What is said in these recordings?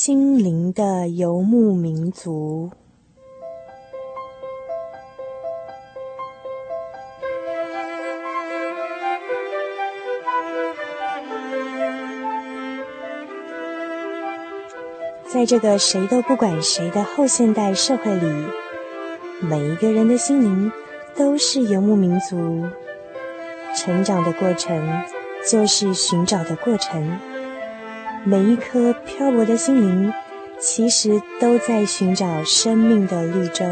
心灵的游牧民族。在这个谁都不管谁的后现代社会里，每一个人的心灵都是游牧民族。成长的过程就是寻找的过程，每一颗漂泊的心灵其实都在寻找生命的绿洲。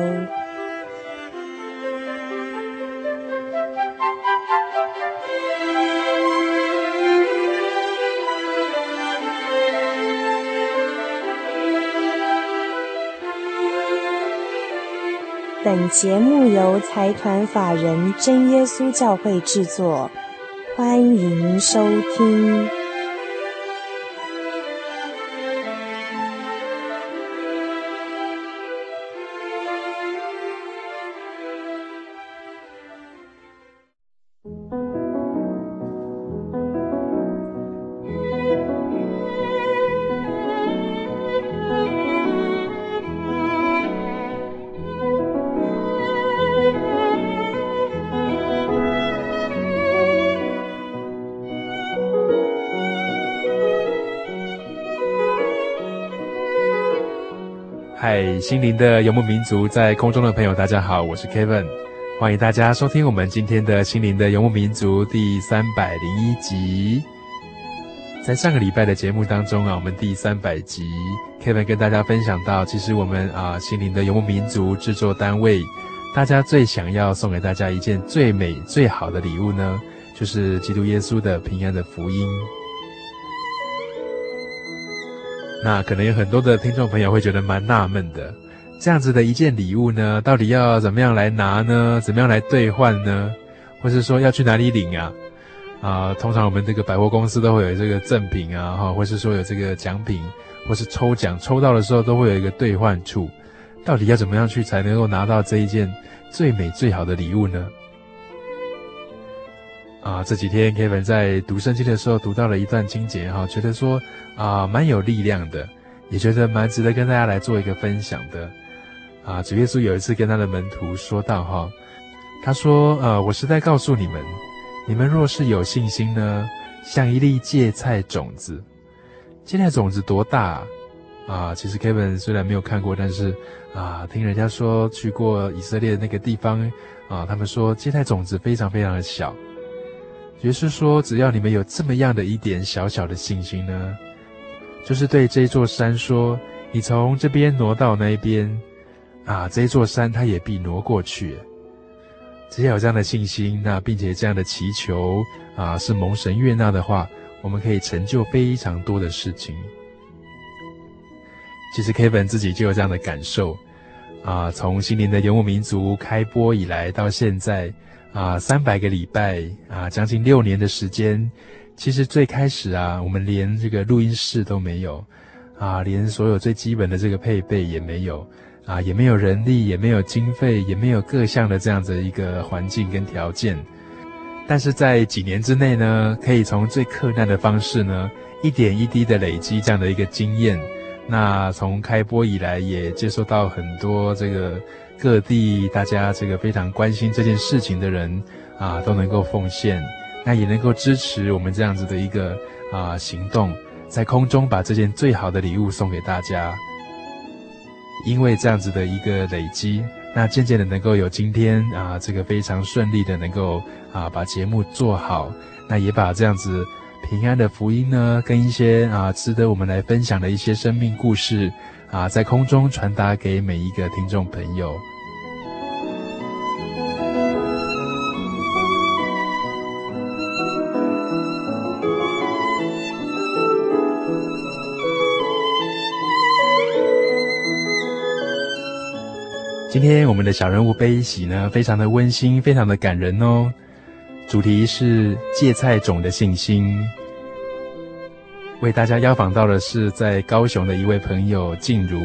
本节目由财团法人真耶稣教会制作，欢迎收听。 嗨，心灵的游牧民族，在空中的朋友大家好，我是 Kevin， 欢迎大家收听我们今天的心灵的游牧民族第301集。在上个礼拜的节目当中我们第300集 Kevin 跟大家分享到，其实我们心灵的游牧民族制作单位，大家最想要送给大家一件最美最好的礼物呢，就是基督耶稣的平安的福音。那可能有很多的听众朋友会觉得蛮纳闷的，这样子的一件礼物呢，到底要怎么样来拿呢？怎么样来兑换呢？或是说要去哪里领啊？通常我们这个百货公司都会有这个赠品或是说有这个奖品，或是抽奖，抽到的时候都会有一个兑换处。到底要怎么样去才能够拿到这一件最美最好的礼物呢？这几天 Kevin 在读圣经的时候读到了一段经节觉得说蛮有力量的，也觉得蛮值得跟大家来做一个分享的。主耶稣有一次跟他的门徒说到他说我实在告诉你们，你们若是有信心呢，像一粒芥菜种子。芥菜种子多大其实 Kevin 虽然没有看过，但是听人家说去过以色列的那个地方他们说芥菜种子非常非常的小。也就是说，只要你们有这么样的一点小小的信心呢，就是对这座山说，你从这边挪到那边这座山它也必挪过去。只要有这样的信心，那并且这样的祈求是蒙神悦纳的话，我们可以成就非常多的事情。其实 Kevin 自己就有这样的感受从心灵的游牧民族开播以来到现在300个礼拜将近6年的时间。其实最开始我们连这个录音室都没有连所有最基本的这个配备也没有也没有人力，也没有经费，也没有各项的这样子一个环境跟条件。但是在几年之内呢，可以从最困难的方式呢，一点一滴的累积这样的一个经验。那从开播以来也接受到很多这个各地大家这个非常关心这件事情的人都能够奉献，那也能够支持我们这样子的一个行动，在空中把这件最好的礼物送给大家。因为这样子的一个累积，那渐渐的能够有今天这个非常顺利的能够把节目做好，那也把这样子平安的福音呢，跟一些值得我们来分享的一些生命故事在空中传达给每一个听众朋友。今天我们的小人物悲喜呢，非常的温馨，非常的感人哦。主题是芥菜种的信心。为大家邀访到的是在高雄的一位朋友静茹。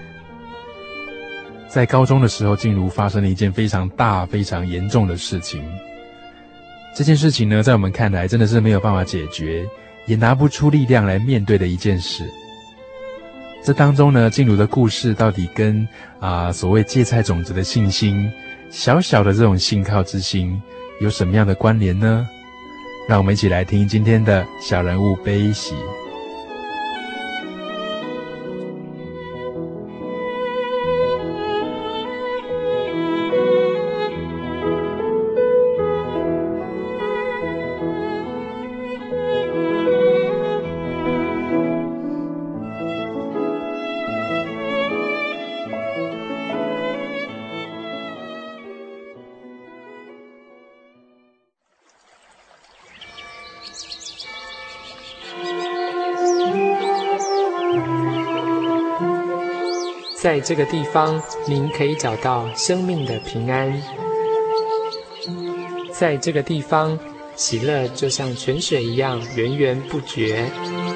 在高中的时候，静茹发生了一件非常大非常严重的事情。这件事情呢，在我们看来真的是没有办法解决，也拿不出力量来面对的一件事。 这当中呢，静茹的故事到底跟所谓芥菜种子的信心，小小的这种信靠之心，有什么样的关联呢？让我们一起来听今天的小人物悲喜。 在这个地方，您可以找到生命的平安。在这个地方，喜乐就像泉水一样源源不绝。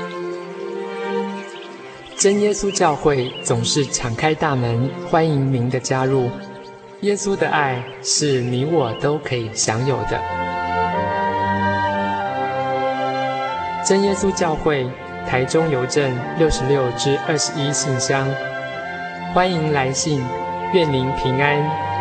真耶稣教会总是敞开大门，欢迎您的加入。耶稣的爱是你我都可以享有的。真耶稣教会，台中邮政66-21信箱。欢迎来信，愿您平安。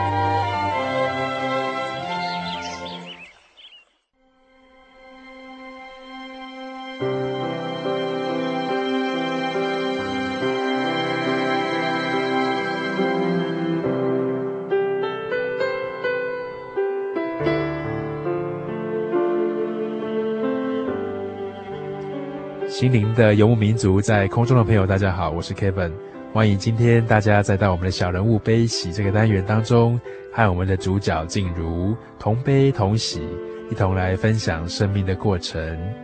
心灵的游牧民族，在空中的朋友大家好，我是 Kevin， 欢迎今天大家再到我们的小人物悲喜这个单元当中，和我们的主角静茹同悲同喜，一同来分享生命的过程。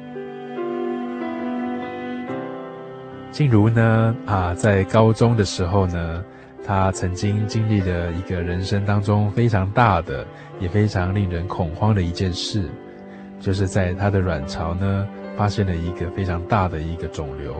静茹呢在高中的时候呢，她曾经经历了一个人生当中非常大的也非常令人恐慌的一件事，就是在她的卵巢呢发现了一个非常大的一个肿瘤。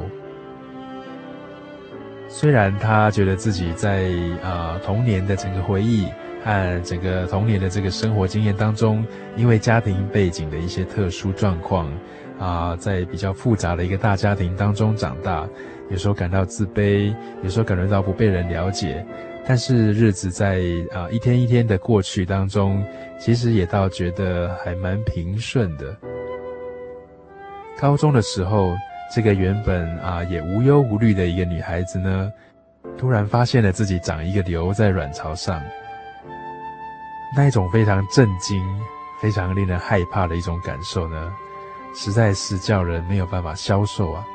虽然他觉得自己在童年的整个回忆和整个童年的这个生活经验当中，因为家庭背景的一些特殊状况在比较复杂的一个大家庭当中长大，有时候感到自卑，有时候感觉到不被人了解，但是日子在一天一天的过去当中，其实也倒觉得还蛮平顺的。高中的时候，这个原本也无忧无虑的一个女孩子呢，突然发现了自己长一个瘤在卵巢上。那一种非常震惊、非常令人害怕的一种感受呢，实在是叫人没有办法消受啊。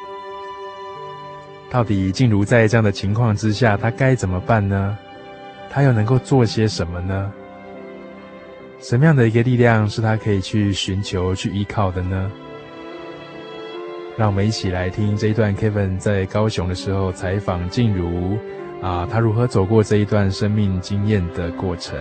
到底静茹在这样的情况之下，她该怎么办呢？她又能够做些什么呢？什么样的一个力量是她可以去寻求、去依靠的呢？让我们一起来听这一段 Kevin 在高雄的时候采访静茹他如何走过这一段生命经验的过程。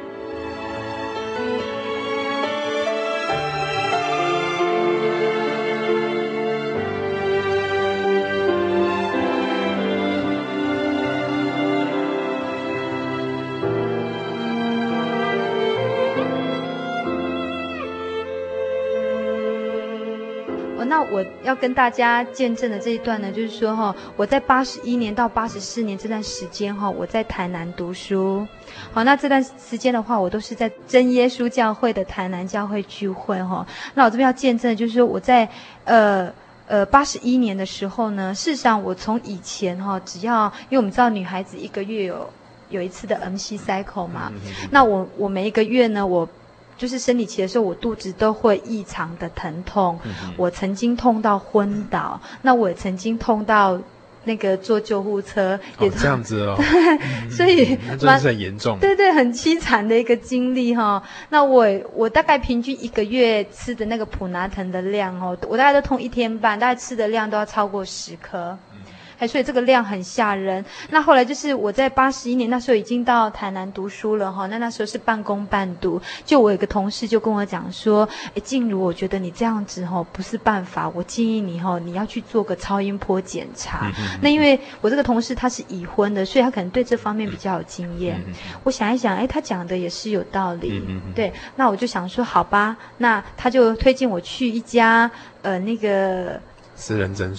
那我要跟大家见证的这一段呢，就是说我在81年到84年这段时间我在台南读书。好，那这段时间的话，我都是在真耶稣教会的台南教会聚会那我这边要见证的就是说，我在81年的时候呢，事实上我从以前只要因为我们知道女孩子一个月有一次的 MC cycle 嘛，那我每一个月呢，我就是生理期的时候，我肚子都会异常的疼痛，我曾经痛到昏倒，那我也曾经痛到那个坐救护车，也这样子所以那真的是很严重， 对，很凄惨的一个经历那我大概平均一个月吃的那个普拿疼的量我大概都痛1天半，大概吃的量都要超过10颗。所以这个量很吓人。那后来就是我在81年那时候已经到台南读书了那时候是半工半读。就我有个同事就跟我讲说，静茹，我觉得你这样子不是办法，我建议你你要去做个超音波检查。那因为我这个同事他是已婚的，所以他可能对这方面比较有经验。我想一想，他讲的也是有道理。对，那我就想说好吧，那他就推荐我去一家那个私人诊所，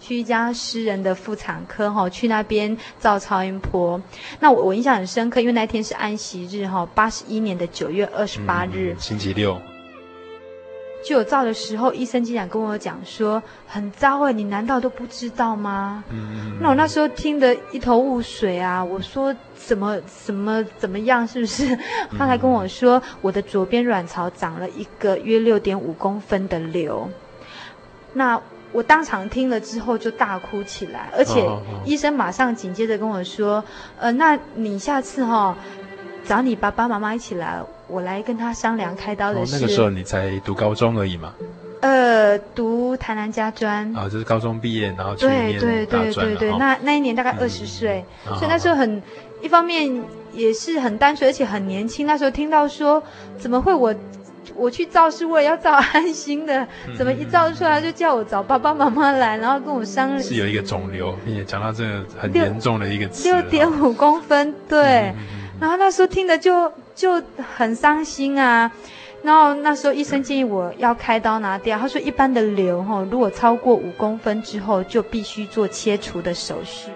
去一家诗人的妇产科哈，去那边照超音波。那我印象很深刻，因为那天是安息日哈，81年的9月28日， 星期六。 就有照的时候，医生竟然跟我讲说很糟哎，你难道都不知道吗？那我那时候听得一头雾水啊，我说怎么样，是不是？他还跟我说我的左边卵巢长了一个约6.5公分的瘤。那我当场听了之后就大哭起来，而且医生马上紧接着跟我说，那你下次找你爸爸妈妈一起来，我来跟他商量开刀的事。 那个时候你才读高中而已嘛？ 读台南家专。 就是高中毕业，然后去念大专了。 对，那一年大概20岁，所以那时候一方面也是很单纯，而且很年轻。那时候听到说，怎么会我去照是为了要照安心的，怎么一照出来就叫我找爸爸妈妈来，然后跟我商量。是有一个肿瘤，并且讲到这个很严重的一个词 ，6.5公分，对。然后那时候听的就很伤心啊。然后那时候医生建议我要开刀拿掉，他说一般的瘤如果超过5公分之后，就必须做切除的手续。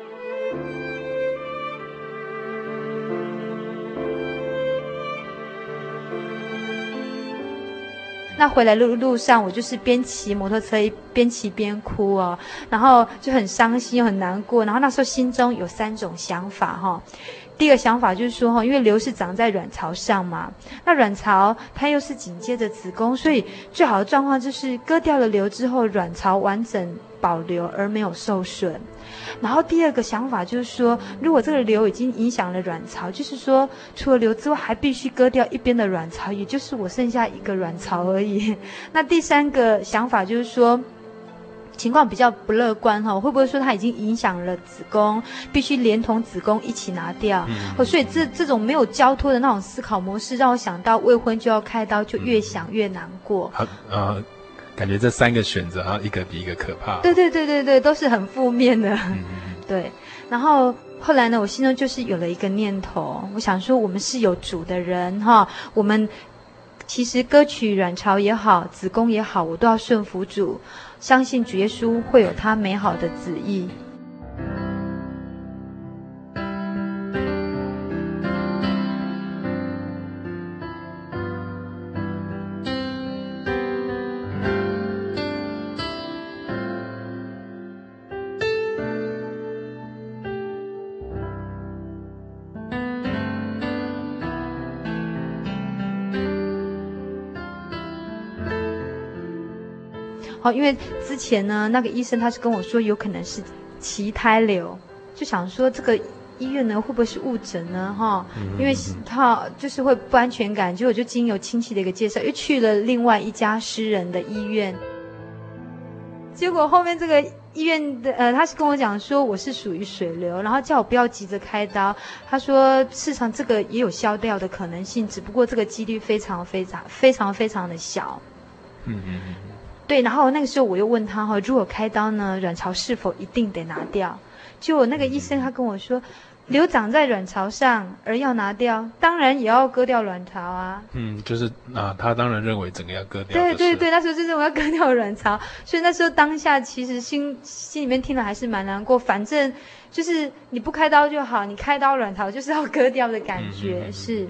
那回来路上，我就是边骑摩托车边骑边哭哦，然后就很伤心又很难过。然后那时候心中有3种想法第一个想法就是说因为瘤是长在卵巢上嘛，那卵巢它又是紧接着子宫，所以最好的状况就是割掉了瘤之后，卵巢完整保留而没有受损。然后第二个想法就是说，如果这个瘤已经影响了卵巢，就是说除了瘤之外还必须割掉一边的卵巢，也就是我剩下一个卵巢而已。那第3个想法就是说，情况比较不乐观会不会说它已经影响了子宫，必须连同子宫一起拿掉？所以这种没有交托的那种思考模式，让我想到未婚就要开刀，就越想越难过。 感觉这3个选择一个比一个可怕。 对，都是很负面的。对，然后后来呢，我心中就是有了一个念头，我想说我们是有主的人我们其实割取卵巢也好，子宫也好，我都要顺服主，相信主耶稣会有他美好的旨意。因为之前呢，那个医生他是跟我说有可能是脐胎瘤，就想说这个医院呢会不会是误诊呢？因为他就是会不安全感，结果就经由亲戚的一个介绍，又去了另外一家私人的医院。结果后面这个医院的他是跟我讲说我是属于水瘤，然后叫我不要急着开刀。他说事实上这个也有消掉的可能性，只不过这个几率非常的小。对，然后那个时候我又问他如果开刀呢，卵巢是否一定得拿掉？结果那个医生他跟我说，瘤长在卵巢上而要拿掉，当然也要割掉卵巢啊。 就是他当然认为整个要割掉。 对，那时候就认为要割掉卵巢，所以那时候当下其实心里面听了还是蛮难过，反正就是你不开刀就好，你开刀卵巢就是要割掉的感觉是。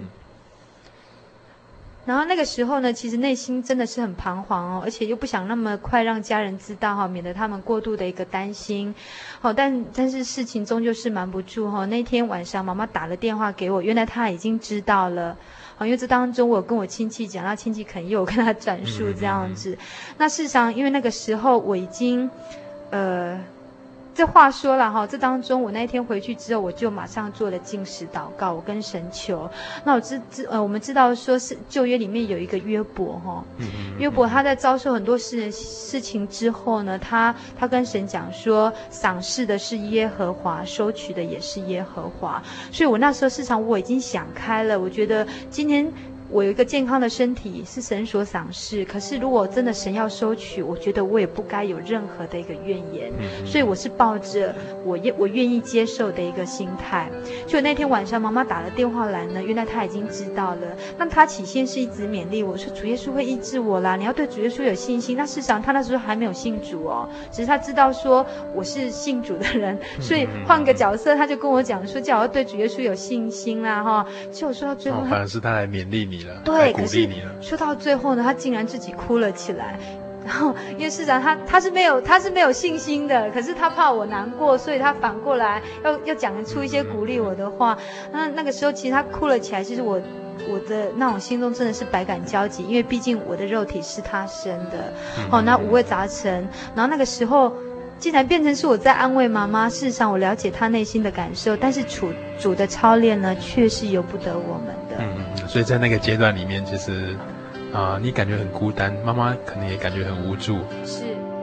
然后那个时候呢，其实内心真的是很彷徨而且又不想那么快让家人知道免得他们过度的一个担心。但是事情终究是瞒不住那天晚上妈妈打了电话给我，原来她已经知道了因为这当中我有跟我亲戚讲，那亲戚可能也有跟他转述这样子。那事实上因为那个时候我已经这话说了这当中我那天回去之后，我就马上做了禁食祷告，我跟神求。那我们知道说是旧约里面有一个约伯约伯他在遭受很多事情之后呢，他跟神讲说，赏赐的是耶和华，收取的也是耶和华。所以我那时候事实上我已经想开了，我觉得今天我有一个健康的身体是神所赏识，可是如果真的神要收取，我觉得我也不该有任何的一个怨言，所以我是抱着我愿意接受的一个心态。就那天晚上妈妈打了电话来呢，原来她已经知道了。那她起先是一直勉励我说主耶稣会医治我啦，你要对主耶稣有信心。那事实上她那时候还没有信主哦，只是她知道说我是信主的人，所以换个角色她就跟我讲说叫我要对主耶稣有信心啦哈。结果说到最后反而是她来勉励你了， 对， 鼓励你了。 说到最后呢，她竟然自己哭了起来。然后，因为市长他是没有信心的，可是他怕我难过，所以他反过来要讲出一些鼓励我的话。那个时候，其实他哭了起来，其实我的那种心中真的是百感交集，因为毕竟我的肉体是他生的，那五味杂陈。然后那个时候，竟然变成是我在安慰妈妈。事实上，我了解她内心的感受，但是主的操练呢，却是由不得我们的。 所以在那个阶段里面，其实。你感觉很孤单，妈妈可能也感觉很无助。 是。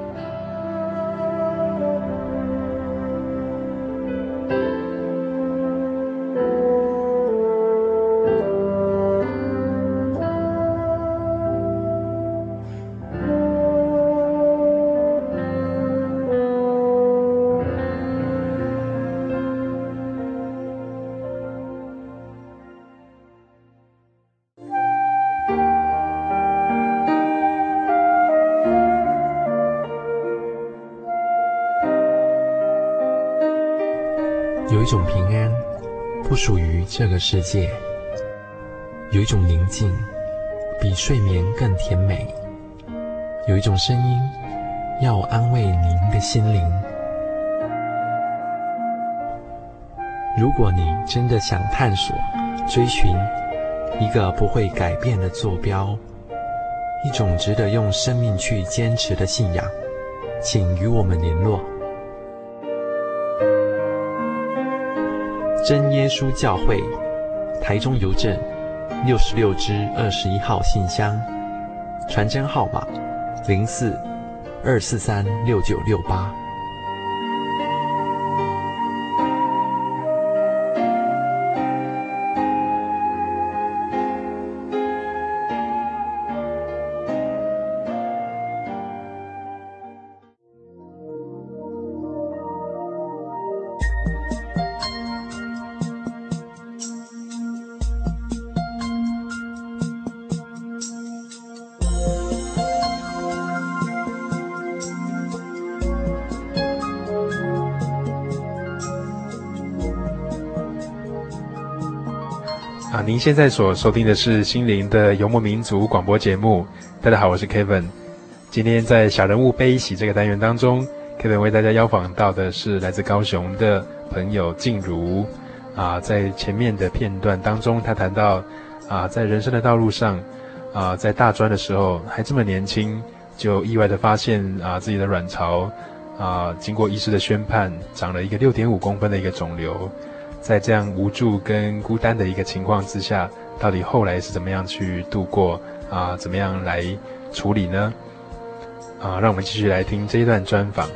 有一种平安不属于这个世界，有一种宁静比睡眠更甜美，有一种声音要安慰您的心灵。如果你真的想探索追寻一个不会改变的坐标，一种值得用生命去坚持的信仰，请与我们联络。真耶稣教会台中邮政66支21号信箱，传真号码04-243-6968。 您现在所收听的是心灵的游牧民族广播节目。大家好，我是 Kevin。今天在小人物悲喜这个单元当中， Kevin 为大家邀访到的是来自高雄的朋友静茹。在前面的片段当中，他谈到在人生的道路上在大专的时候还这么年轻，就意外的发现自己的卵巢经过医师的宣判长了一个6.5公分的一个肿瘤。在这样无助跟孤单的一个情况之下，到底后来是怎么样去度过怎么样来处理呢？让我们继续来听这一段专访。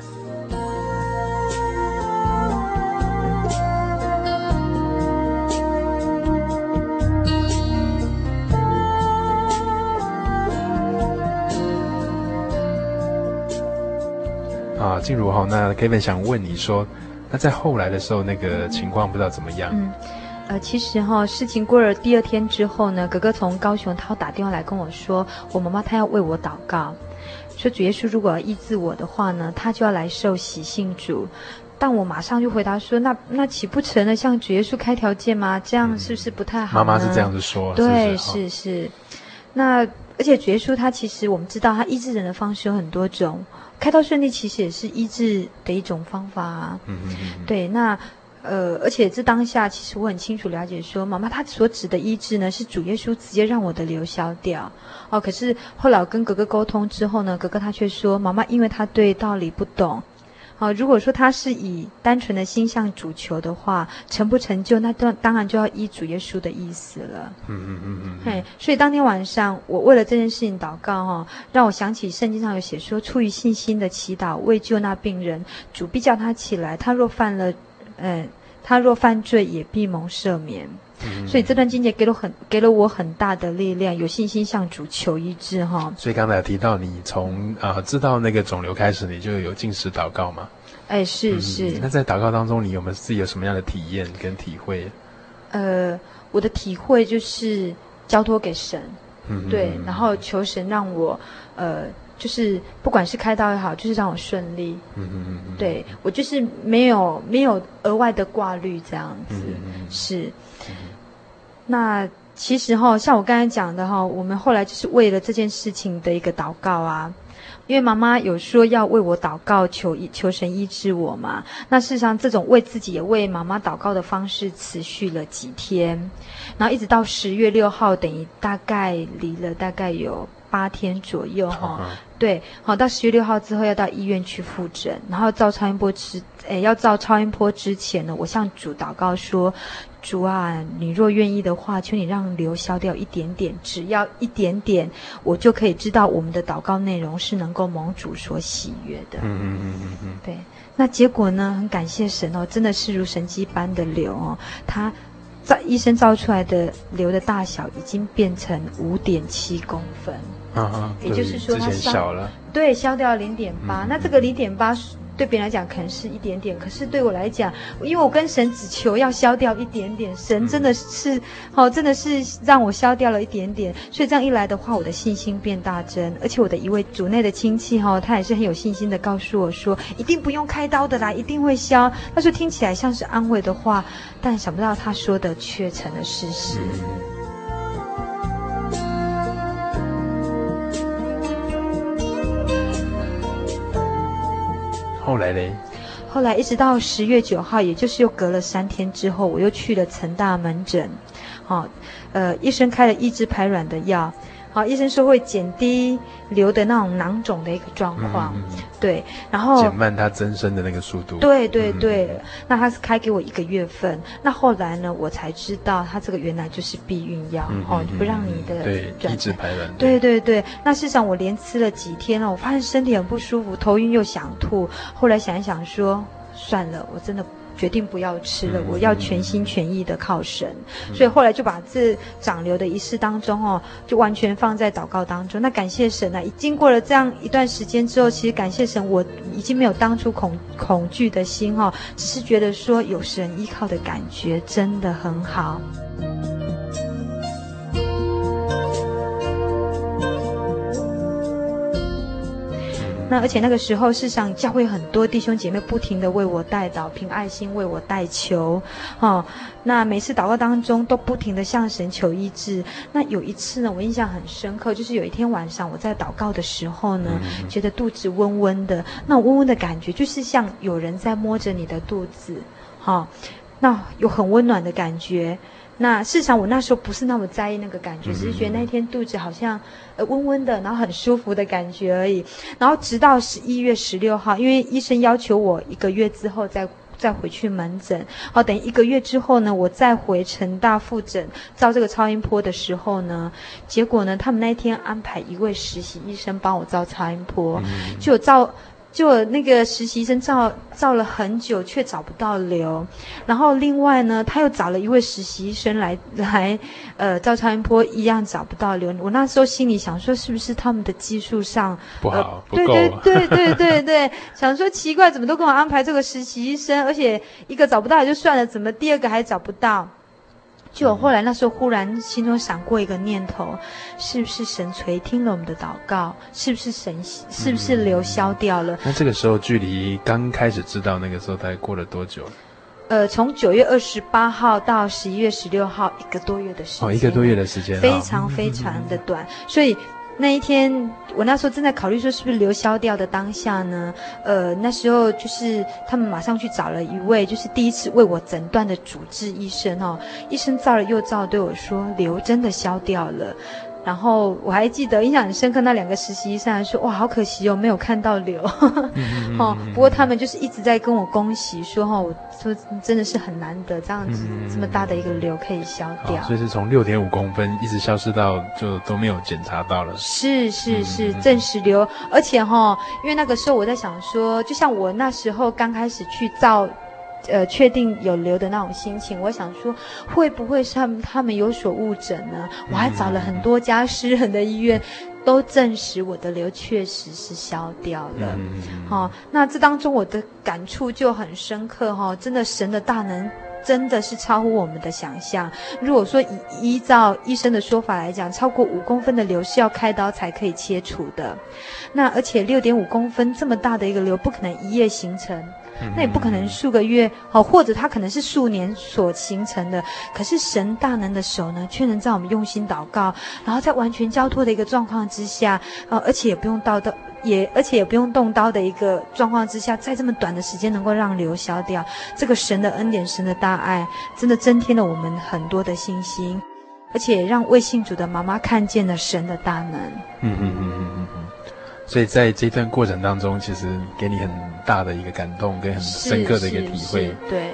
静茹那 Kevin 想问你说，那在后来的时候，那个情况不知道怎么样？ 其实事情过了第2天之后呢，哥哥从高雄他打电话来跟我说，我妈妈她要为我祷告，说主耶稣如果要医治我的话呢，他就要来受洗信主。但我马上就回答说，那岂不成了向主耶稣开条件吗？这样是不是不太好呢？ 妈妈是这样子说。 对，是。那而且主耶稣他其实我们知道，他医治人的方式有很多种，开刀顺利其实也是医治的一种方法啊。对，那而且这当下其实我很清楚了解说，妈妈她所指的医治呢，是主耶稣直接让我的瘤消掉。可是后来我跟哥哥沟通之后呢，哥哥他却说，妈妈因为他对道理不懂。如果说他是以单纯的心向主求的话，成不成就，那当然就要依主耶稣的意思了。所以当天晚上，我为了这件事情祷告让我想起圣经上有写说，出于信心的祈祷，为救那病人，主必叫他起来；他若犯罪，也必蒙赦免。 所以这段经节给了我很大的力量，有信心向主求医治哈。 所以刚才有提到你从知道那个肿瘤开始，你就有禁食祷告嘛？ 哎，是。 那在祷告当中，你有没有自己有什么样的体验跟体会？ 我的体会就是交托给神，对，然后求神让我就是不管是开刀也好，就是让我顺利。对，我就是没有额外的挂虑这样子。是。那其实像我刚才讲的我们后来就是为了这件事情的一个祷告啊。因为妈妈有说要为我祷告，求神医治我嘛。那事实上，这种为自己也为妈妈祷告的方式持续了几天，然后一直到10月6号，等于大概离了大概有8天左右对，好，到10月6号之后要到医院去复诊，然后照超音波要照超音波之前呢，我向主祷告说：主啊，你若愿意的话，求你让瘤消掉一点点，只要一点点，我就可以知道我们的祷告内容是能够蒙主所喜悦的。对，那结果呢，很感谢神真的是如神迹般的瘤它医生照出来的瘤的大小已经变成5.7公分。也就是说它之前小了， 对，消掉了0.8。那这个0.8对别人来讲可能是一点点，可是对我来讲，因为我跟神只求要消掉一点点，神真的是真的是让我消掉了一点点，所以这样一来的话，我的信心变大增，而且我的一位主内的亲戚他也是很有信心的告诉我说，一定不用开刀的啦，一定会消。他说听起来像是安慰的话，但想不到他说的却成了事实。 后来嘞？ 后来一直到10月9号，也就是又隔了3天之后，我又去了成大门诊，医生开了抑制排卵的药，医生说会减低瘤的那种囊肿的一个状况，对，然后减慢它增生的那个速度。 对，那他是开给我1个月份，那后来呢，我才知道他这个原来就是避孕药，不让你的抑制排卵。 对，那事实上我连吃了几天了，我发现身体很不舒服，头晕又想吐，后来想一想说，算了，我真的决定不要吃了，我要全心全意的靠神，所以后来就把这长瘤的仪式当中就完全放在祷告当中。那感谢神啊，经过了这样一段时间之后，其实感谢神，我已经没有当初恐惧的心只是觉得说有神依靠的感觉真的很好。那而且那个时候，事实上教会很多弟兄姐妹不停地为我代祷，凭爱心为我代求，那每次祷告当中都不停地向神求医治。那有一次呢，我印象很深刻，就是有一天晚上我在祷告的时候呢，觉得肚子温温的，那温温的感觉就是像有人在摸着你的肚子，那有很温暖的感觉。那事实上我那时候不是那么在意那个感觉，只是觉得那天肚子好像温温的，然后很舒服的感觉而已。然后直到11月16号，因为医生要求我1个月之后再回去门诊，等于1个月之后呢，我再回成大复诊照这个超音波的时候呢，结果呢，他们那一天安排一位实习医生帮我照超音波，就那个实习生照了很久，却找不到瘤。然后另外呢，他又找了一位实习医生来照超音波，一样找不到瘤。我那时候心里想说，是不是他们的技术上不好，不够？ 对，想说奇怪，怎么都跟我安排这个实习医生，而且一个找不到也就算了，怎么第二个还找不到？就我后来那时候忽然心中闪过一个念头，是不是神垂听了我们的祷告？是不是瘤消掉了？ 那这个时候距离刚开始知道那个时候大概过了多久了？ 从9月28号到11月16号，1个多月的时间。 1个多月的时间， 非常非常的短，所以。那一天，我那时候正在考虑说是不是瘤消掉的当下呢，那时候就是他们马上去找了一位就是第一次为我诊断的主治医生医生照了又照，对我说瘤真的消掉了。然后我还记得印象很深刻，那2个实习医生还说哇好可惜没有看到瘤不过他们就是一直在跟我恭喜说我说真的是很难得这样子这么大的一个瘤可以消掉， 所以是从6.5公分一直消失到就都没有检查到了。 是证实瘤，而且因为那个时候我在想说，就像我那时候刚开始去照确定有流的那种心情，我想说会不会是他们有所误诊呢？我还找了很多家私人的医院，都证实我的瘤确实是消掉了。那这当中我的感触就很深刻真的神的大能真的是超乎我们的想象。如果说依照医生的说法来讲，超过5公分的瘤是要开刀才可以切除的。那而且6.5公分这么大的一个瘤不可能一夜形成，那也不可能数个月或者它可能是数年所形成的。可是神大能的手呢，却能在我们用心祷告，然后在完全交托的一个状况之下，而且也不用动刀的一个状况之下，在这么短的时间能够让瘤消掉，这个神的恩典、神的大爱，真的增添了我们很多的信心，而且让未信主的妈妈看见了神的大能。 所以在这段过程当中，其实给你很大的一个感动，跟很深刻的一个体会。 对。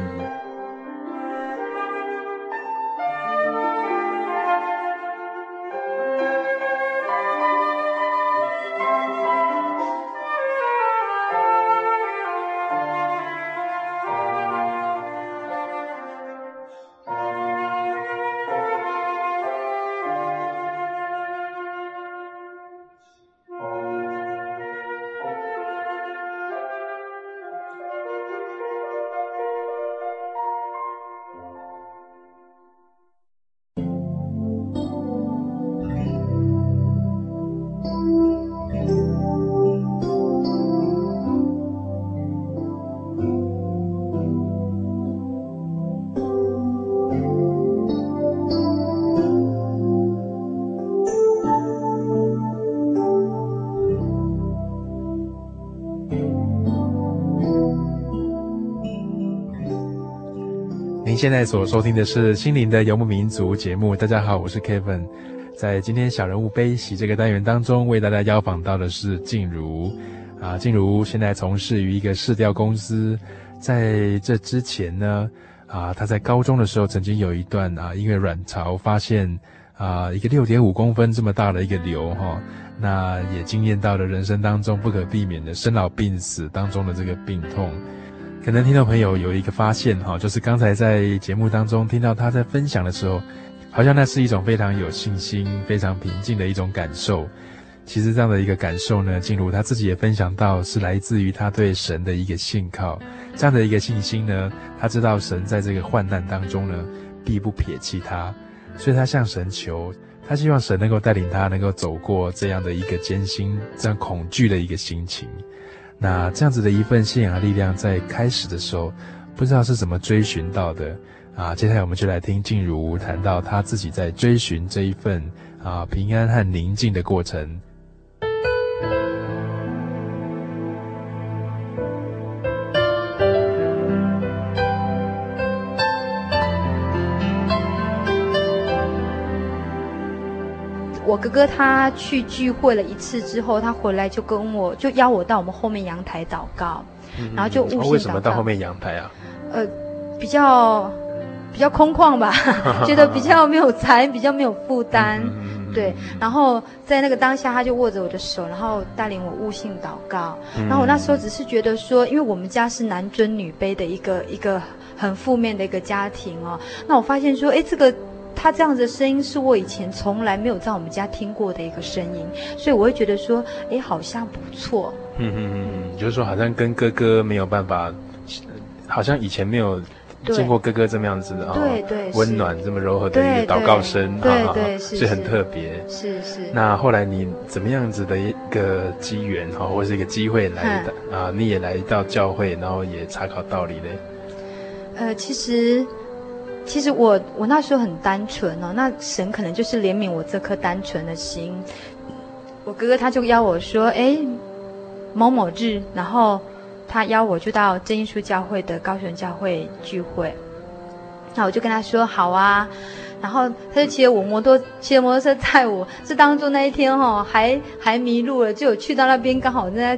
您现在所收听的是心灵的游牧民族节目。大家好，我是 Kevin。在今天小人物悲喜这个单元当中，为大家邀访到的是静茹。静茹现在从事于一个市调公司。在这之前呢，她在高中的时候曾经有一段因为卵巢发现一个6.5公分这么大的一个瘤那也经验到了人生当中不可避免的生老病死当中的这个病痛。可能听众朋友有一个发现就是刚才在节目当中听到他在分享的时候，好像那是一种非常有信心、非常平静的一种感受。其实这样的一个感受呢，静茹他自己也分享到，是来自于他对神的一个信靠。这样的一个信心呢，他知道神在这个患难当中呢，必不撇弃他，所以他向神求，他希望神能够带领他，能够走过这样的一个艰辛、这样恐惧的一个心情。那这样子的一份信仰力量，在开始的时候，不知道是怎么追寻到的接下来我们就来听静茹谈到她自己在追寻这一份平安和宁静的过程。 我哥哥他去聚会了一次之后，他回来就邀我到我们后面阳台祷告，然后就悟性祷告。 为什么到后面阳台啊？ 比较空旷吧，觉得比较没有财，比较没有负担。对，然后在那个当下，他就握着我的手，然后带领我悟性祷告。然后我那时候只是觉得说，因为我们家是男尊女卑的一个很负面的一个家庭那我发现说，这个他这样子的声音是我以前从来没有在我们家听过的一个声音，所以我会觉得说，好像不错。 就是说好像跟哥哥没有办法，好像以前没有见过哥哥这么样子对， 温暖这么柔和的一个祷告声， 对， 是很特别。 是。 那后来你怎么样子的一个机缘或是一个机会来的你也来到教会，然后也查考道理嘞？ 其实我那时候很单纯那神可能就是怜悯我这颗单纯的心。我哥哥他就邀我说，某某日，然后他邀我就到真耶稣教会的高雄教会聚会。那我就跟他说好啊，然后他就骑着摩托车载我。这当中那一天还迷路了，就有去到那边，刚好在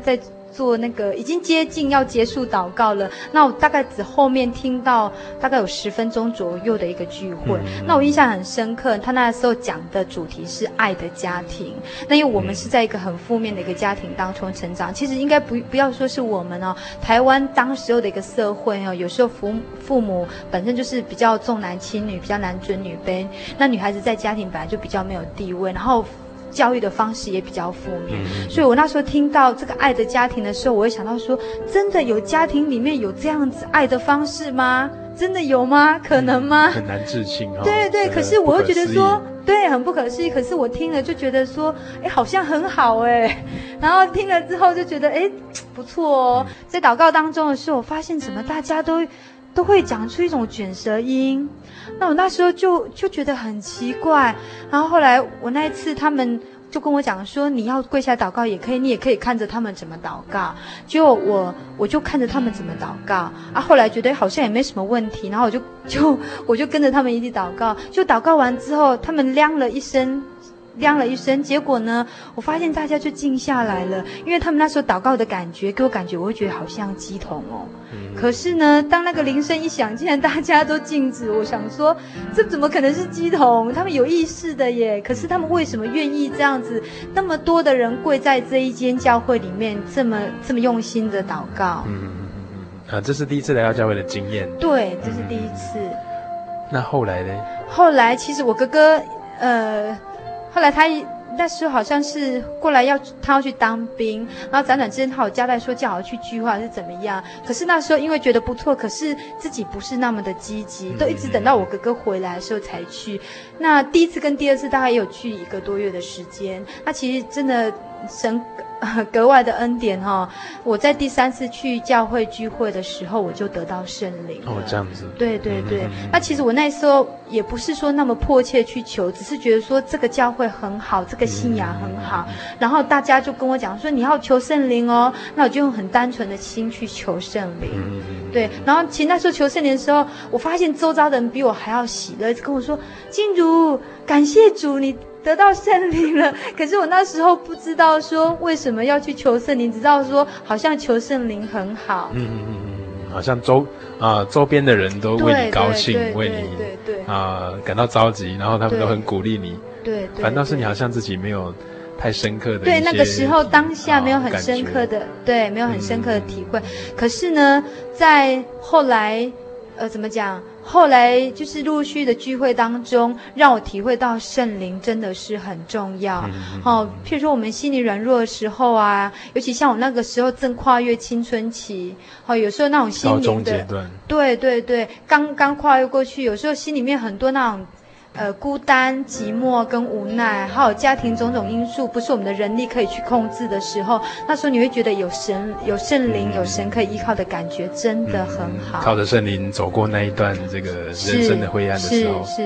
做那个已经接近要结束祷告了，那我大概只后面听到大概有10分钟左右的一个聚会，那我印象很深刻，他那时候讲的主题是爱的家庭。那因为我们是在一个很负面的一个家庭当中成长，其实应该不要说是我们哦，台湾当时候的一个社会哦，有时候父母本身就是比较重男轻女，比较男尊女卑，那女孩子在家庭本来就比较没有地位，然后教育的方式也比较负面，所以我那时候听到这个爱的家庭的时候，我会想到说，真的有家庭里面有这样子爱的方式吗？真的有吗？可能吗？ 很难置信哦。 对对，可是我又觉得说，对，很不可思议。可是我听了就觉得说，哎，好像很好哎。然后听了之后就觉得，哎，不错哦。在祷告当中的时候，我发现怎么大家都会讲出一种卷舌音，那我那时候就觉得很奇怪。然后后来我那一次他们就跟我讲说，你要跪下祷告也可以，你也可以看着他们怎么祷告。结果我就看着他们怎么祷告啊，后来觉得好像也没什么问题，然后我就跟着他们一起祷告。就祷告完之后，他们亮了一声，结果呢，我发现大家就静下来了，因为他们那时候祷告的感觉给我感觉，我会觉得好像鸡童哦。可是呢，当那个铃声一响，竟然大家都静止，我想说，这怎么可能是鸡童？他们有意识的耶，可是他们为什么愿意这样子？那么多的人跪在这一间教会里面，这么用心的祷告。 这是第一次来到教会的经验。 对，这是第一次。 那后来呢？ 后来其实我哥哥，后来他那时候好像是过来他要去当兵，然后辗转之间他有交代说叫我去聚会还是怎么样。可是那时候因为觉得不错，可是自己不是那么的积极，都一直等到我哥哥回来的时候才去。那第一次跟第二次大概也有去1个多月的时间。那其实真的神格外的恩典哈！我在第3次去教会聚会的时候，我就得到圣灵了。 这样子。 对对对。那其实我那时候也不是说那么迫切去求，只是觉得说这个教会很好，这个信仰很好，然后大家就跟我讲说你要求圣灵哦，那我就用很单纯的心去求圣灵。对，然后其实那时候求圣灵的时候，我发现周遭的人比我还要喜乐，跟我说：“金如，感谢主，你得到圣灵了。”可是我那时候不知道说为什么要去求圣灵，只知道说好像求圣灵很好。 好像周边的人都为你高兴，为你感到着急，然后他们都很鼓励你。对，反倒是你好像自己没有太深刻的一些， 对，那个时候当下没有很深刻的，对，没有很深刻的体会。可是呢，在后来怎么讲？后来就是陆续的聚会当中，让我体会到圣灵真的是很重要。譬如说我们心里软弱的时候啊，尤其像我那个时候正跨越青春期，有时候那种心灵的高中阶段， 对对对，刚跨越过去，有时候心里面很多那种孤单、寂寞跟无奈，还有家庭种种因素，不是我们的人力可以去控制的时候，那时候你会觉得有神、有圣灵、有神可以依靠的感觉，真的很好。 靠着圣灵走过那一段这个人生的灰暗的时候， 是。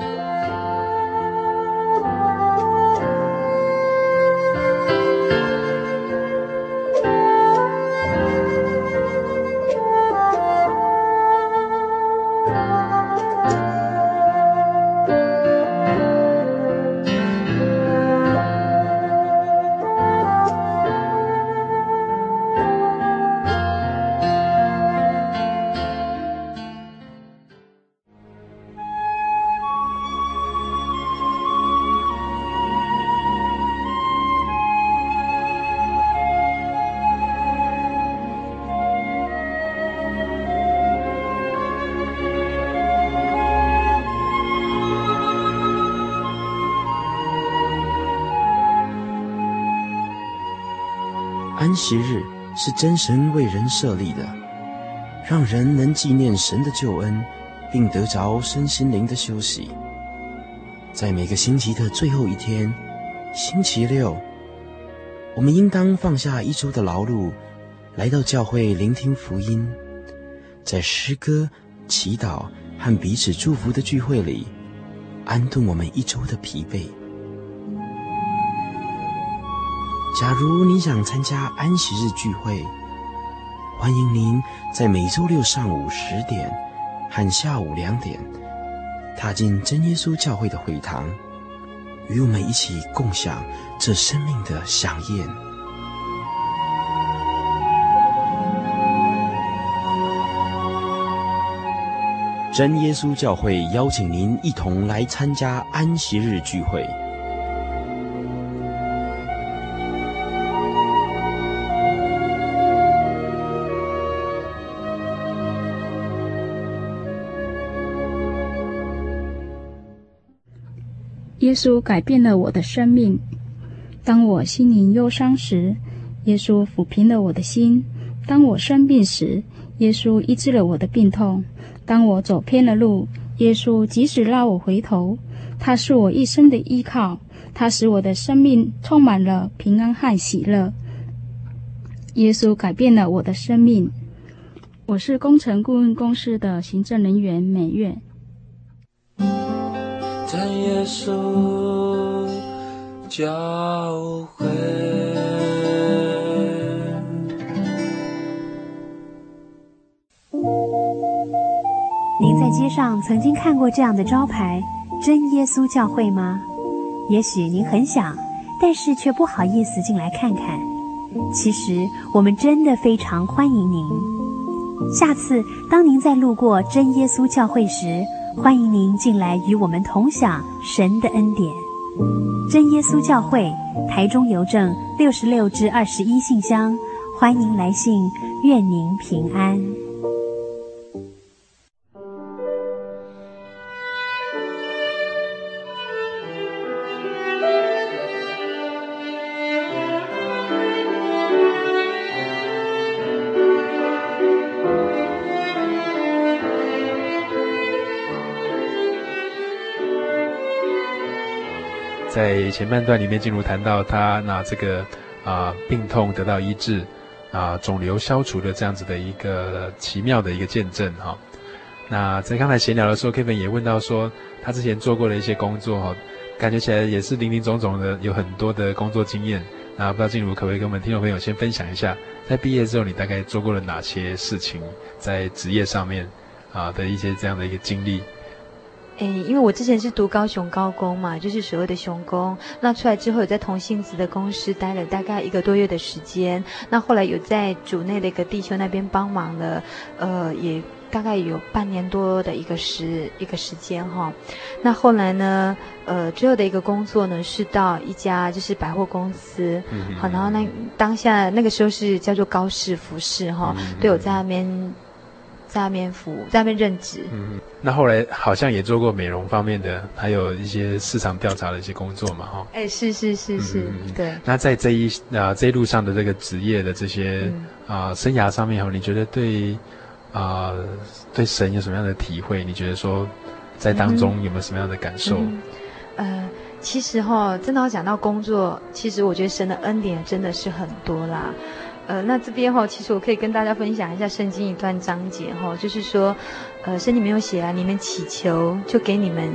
安息日是真神为人设立的，让人能纪念神的救恩，并得着身心灵的休息。在每个星期的最后一天，星期六，我们应当放下一周的劳碌，来到教会聆听福音，在诗歌、祈祷和彼此祝福的聚会里，安顿我们一周的疲惫。假如你想参加安息日聚会，欢迎您在每周六上午10点和下午2点踏进真耶稣教会的会堂，与我们一起共享这生命的飨宴。 真耶稣教会邀请您一同来参加安息日聚会。 耶稣改变了我的生命。当我心灵忧伤时，耶稣抚平了我的心；当我生病时，耶稣医治了我的病痛；当我走偏了路，耶稣及时拉我回头。他是我一生的依靠，他使我的生命充满了平安和喜乐。耶稣改变了我的生命。我是工程顾问公司的行政人员美月。 真耶稣教会。 您在街上曾经看过这样的招牌“真耶稣教会”吗？也许您很想，但是却不好意思进来看看。其实我们真的非常欢迎您。下次当您再路过真耶稣教会时，欢迎您进来与我们同享神的恩典。真耶稣教会，台中邮政66-21信箱，欢迎来信，愿您平安。 在前半段里面，进入谈到他那这个病痛得到医治，肿瘤消除的这样子的一个奇妙的一个见证哈。那在刚才闲聊的时候 ，Kevin 也问到说，他之前做过的一些工作哈，感觉起来也是林林总总的，有很多的工作经验。那不知道静茹可不可以跟我们听众朋友先分享一下，在毕业之后你大概做过了哪些事情，在职业上面的一些这样的一个经历？ 因为我之前是读高雄高工嘛，就是所谓的雄工。那出来之后，有在同性质的公司待了大概1个多月的时间。那后来有在组内的一个弟兄那边帮忙了，也大概有半年多的一个时间哈。那后来呢，最后的一个工作呢是到一家就是百货公司，好，然后那当下那个时候是叫做高氏服饰哈，对，我在那边服务，在那边任职。 那后来好像也做过美容方面的，还有一些市场调查的一些工作嘛，哈。 是，对。 那在这一路上的这个职业的这些生涯上面，你觉得对神有什么样的体会？你觉得说在当中有没有什么样的感受？ 其实真的要讲到工作，其实我觉得神的恩典真的是很多啦。那这边其实我可以跟大家分享一下圣经一段章节就是说，圣经没有写啊，你们祈求就给你们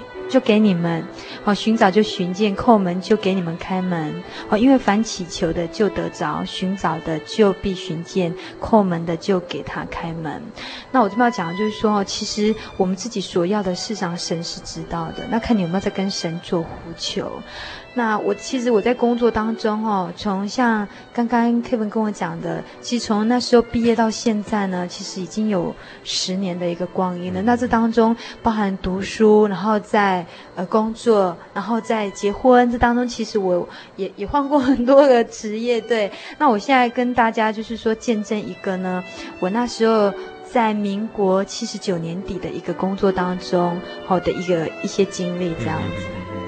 寻找就寻见，叩门就给你们开门因为凡祈求的就得着，寻找的就必寻见，叩门的就给他开门。那我这边要讲的就是说其实我们自己所要的事上神是知道的，那看你有没有在跟神做呼求。那其实我在工作当中从像刚刚 Kevin 跟我讲的，其实从那时候毕业到现在呢，其实已经有10年的一个光阴了。那这当中包含读书，然后在工作，然后在结婚，这当中其实我也换过很多个职业。对，那我现在跟大家就是说见证一个呢，我那时候在民国79年底的一个工作当中的一些经历这样子。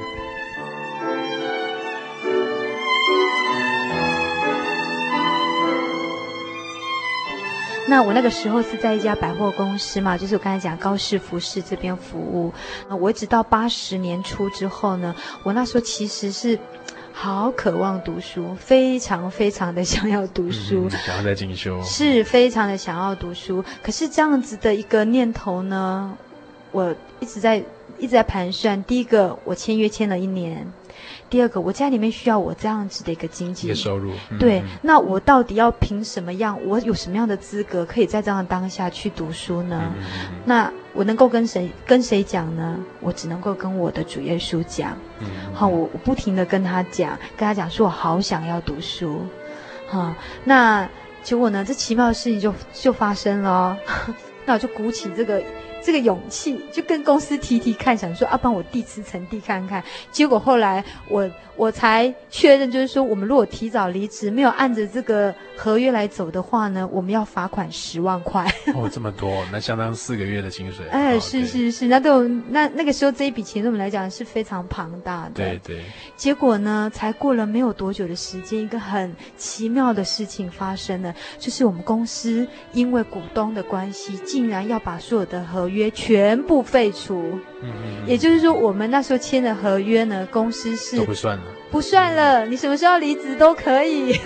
那我那个时候是在一家百货公司嘛，就是我刚才讲高氏服饰这边服务。我一直到80年初之后呢，我那时候其实是好渴望读书，非常非常的想要读书， 想要再进修， 是非常的想要读书。可是这样子的一个念头呢，我一直在盘算。第一个，我签约签了1年。第二个，我家里面需要我这样子的一个经济收入， 对，那我到底要凭什么样？我有什么样的资格可以在这样的当下去读书呢？那我能够跟谁讲呢？我只能够跟我的主耶稣讲。我不停的跟他讲说，我好想要读书。那结果呢，这奇妙的事情就发生了那我就鼓起这个勇气，就跟公司提看，想说帮我递辞呈递看看。结果后来我才确认，就是说我们如果提早离职，没有按着这个合约来走的话呢，我们要罚款10万块。 哦，这么多，那相当4个月的薪水。 是，那对我那个时候这一笔钱对我们来讲是非常庞大的。 对对。 结果呢，才过了没有多久的时间，一个很奇妙的事情发生了，就是我们公司因为股东的关系，竟然要把所有的合约全部废除。也就是说，我们那时候签的合约呢，公司是都不算了， 不算了，你什么时候离职都可以。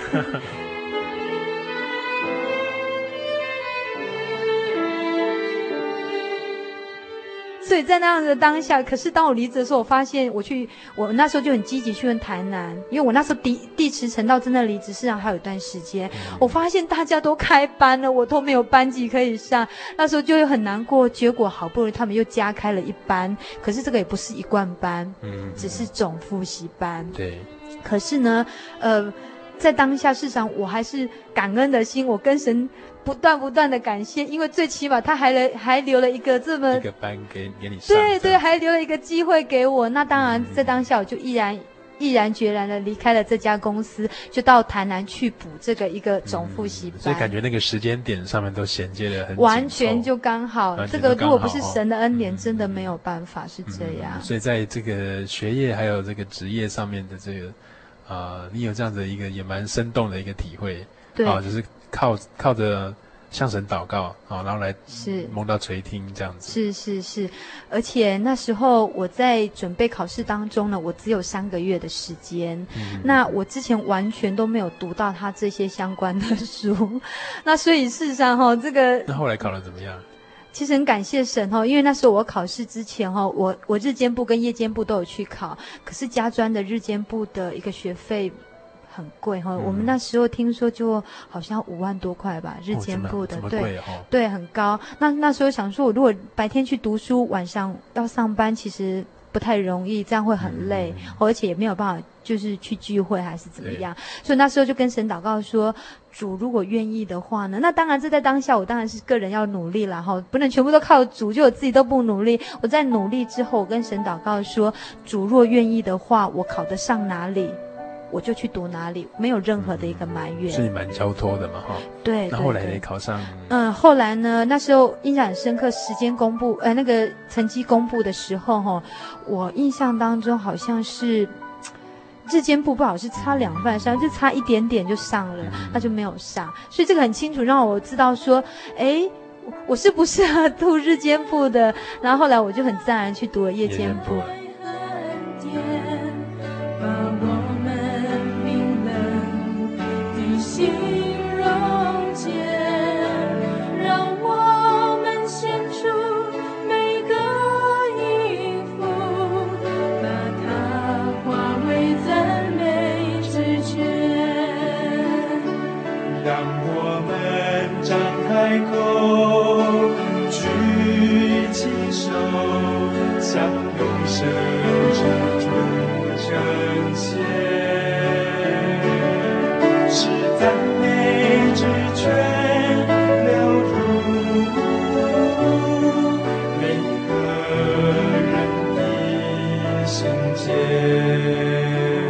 所以在那样的当下，可是当我离职的时候，我发现我那时候就很积极去问台南，因为我那时候递辞呈到真的离职，事实上还有一段时间，我发现大家都开班了，我都没有班级可以上，那时候就会很难过。结果好不容易他们又加开了一班，可是这个也不是一贯班，只是总复习班。对。可是呢，在当下，事实上我还是感恩的心，我跟神不断的感谢，因为最起码他还留了一个这么一个班给你上， 对，还留了一个机会给我。那当然，在当下我就毅然决然的离开了这家公司，就到台南去补这个一个总复习班。 所以感觉那个时间点上面都衔接得很完全就刚好。这个如果不是神的恩典，真的没有办法是这样。 所以在这个学业还有这个职业上面的这个。你有这样的一个也蛮生动的一个体会，对，就是靠着向神祷告，然后来蒙到垂听这样子。 是，而且那时候我在准备考试当中呢，我只有3个月的时间，那我之前完全都没有读到他这些相关的书，那所以事实上这个那后来考得怎么样？ 其实很感谢神因为那时候我考试之前我日间部跟夜间部都有去考，可是家专的日间部的一个学费很贵我们那时候听说就好像5万多块吧，日间部的，对，很高。那时候想说，我如果白天去读书，晚上要上班，其实不太容易，这样会很累，而且也没有办法就是去聚会还是怎么样，所以那时候就跟神祷告说，主如果愿意的话呢，那当然这在当下我当然是个人要努力啦不能全部都靠主，就我自己都不努力。我在努力之后，我跟神祷告说，主若愿意的话，我考得上哪里我就去读哪里，没有任何的一个埋怨。 是你蛮交托的嘛对。那后来你考上？ 后来呢，那时候印象很深刻，时间公布那个成绩公布的时候我印象当中好像是日间部不好是差2分上，就差一点点就上了，那就没有上。所以这个很清楚让我知道说，我适不适合读日间部的。然后后来我就很自然去读了夜间部。 心溶解，让我们献出每个音符，把它化为赞美之泉。让我们张开口，举起手，向永生之主呈现。赞美之泉流入每个人的心间。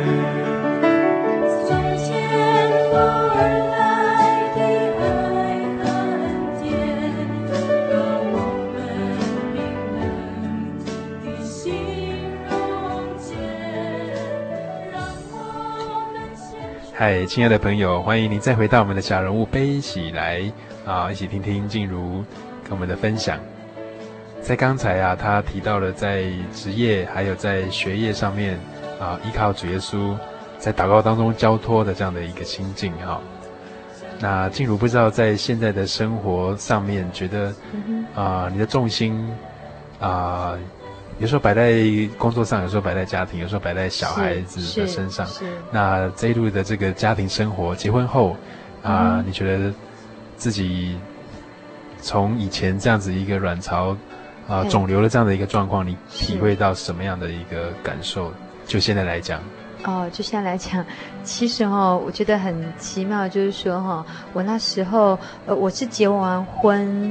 从天而来的爱和恩典，把我们冰冷的心溶解，让我们嗨，亲爱的朋友，欢迎您再回到我们的小人物背起来一起听听静茹跟我们的分享。在刚才他提到了在职业还有在学业上面依靠主耶稣，在祷告当中交托的这样的一个心境那静茹不知道在现在的生活上面，觉得你的重心有时候摆在工作上，有时候摆在家庭，有时候摆在小孩子的身上。那这一路的这个家庭生活，结婚后你觉得自己从以前这样子一个卵巢肿瘤的这样的一个状况，你体会到什么样的一个感受？就现在来讲。 就现在来讲，其实我觉得很奇妙，就是说我那时候我是结完婚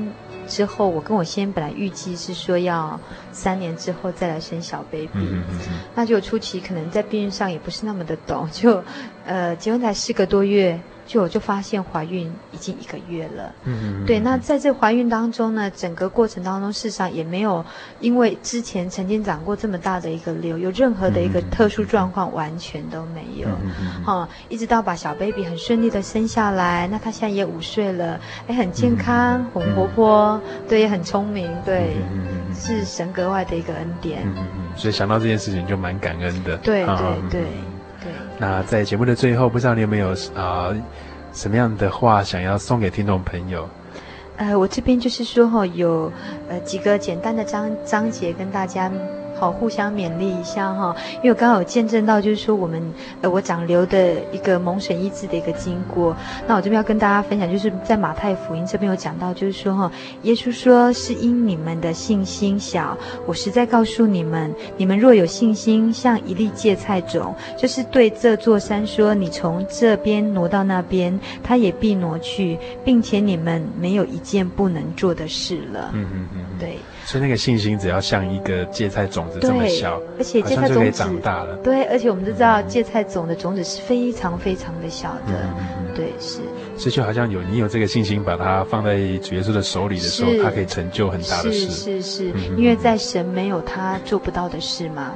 之后，我跟我先生本来预计是说要3年之后再来生小 baby，那就初期可能在避孕上也不是那么的懂，就结婚才4个多月。我就发现怀孕已经1个月了，对。那在这怀孕当中呢，整个过程当中，事实上也没有因为之前曾经长过这么大的一个瘤，有任何的一个特殊状况，完全都没有。一直到把小 baby 很顺利的生下来，那他现在也5岁了，很健康，很活泼，对，也很聪明，对，是神格外的一个恩典。 所以想到这件事情就蛮感恩的。 对对对。 那在节目的最后，不知道你有没有什么样的话想要送给听众朋友？ 我这边就是说有几个简单的章节跟大家互相勉励一下因为我刚好有见证到，就是说我长瘤的一个蒙神医治的一个经过。那我这边要跟大家分享，就是在马太福音这边有讲到，就是说耶稣说是因你们的信心小，我实在告诉你们，你们若有信心，像一粒芥菜种，就是对这座山说，你从这边挪到那边，它也必挪去，并且你们没有一件不能做的事了。对。 所以那个信心只要像一个芥菜种子这么小， 而且芥菜种子就可以长大了。 对，而且我们都知道芥菜种的种子是非常非常的小的。对，是。 所以就好像你有这个信心，把它放在主耶稣的手里的时候，它可以成就很大的事。 是，因为在神没有他做不到的事嘛。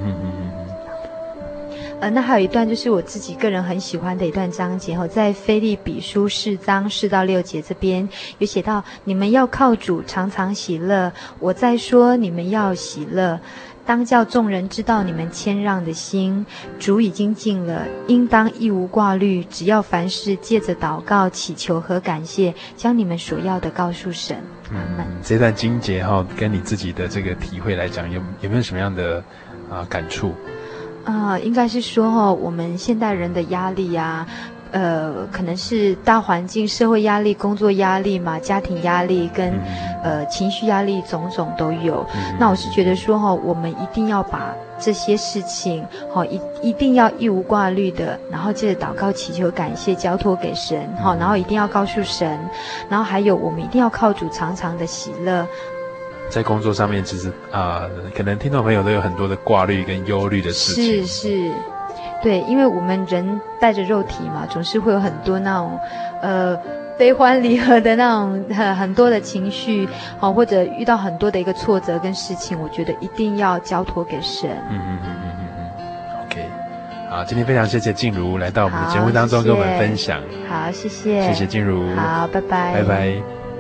那还有一段就是我自己个人很喜欢的一段章节在腓立比书4章4到6节这边有写到，你们要靠主常常喜乐，我在说你们要喜乐，当叫众人知道你们谦让的心，主已经尽了，应当一无挂虑，只要凡事借着祷告祈求和感谢，将你们所要的告诉神。阿们。 这段经节跟你自己的这个体会来讲，有没有什么样的感触？ 应该是说我们现代人的压力啊，可能是大环境、社会压力、工作压力嘛，家庭压力跟情绪压力种种都有。那我是觉得说我们一定要把这些事情一定要一无挂虑的，然后借着祷告祈求感谢交托给神然后一定要告诉神，然后还有我们一定要靠主常常的喜乐。 在工作上面，其实可能听众朋友都有很多的挂虑跟忧虑的事情。 是，对，因为我们人带着肉体嘛，总是会有很多那种悲欢离合的那种很多的情绪或者遇到很多的一个挫折跟事情，我觉得一定要交托给神。 OK， 好，今天非常谢谢静茹来到我们的节目当中跟我们分享。 好，谢谢， 谢谢静茹。 好，拜拜， 拜拜。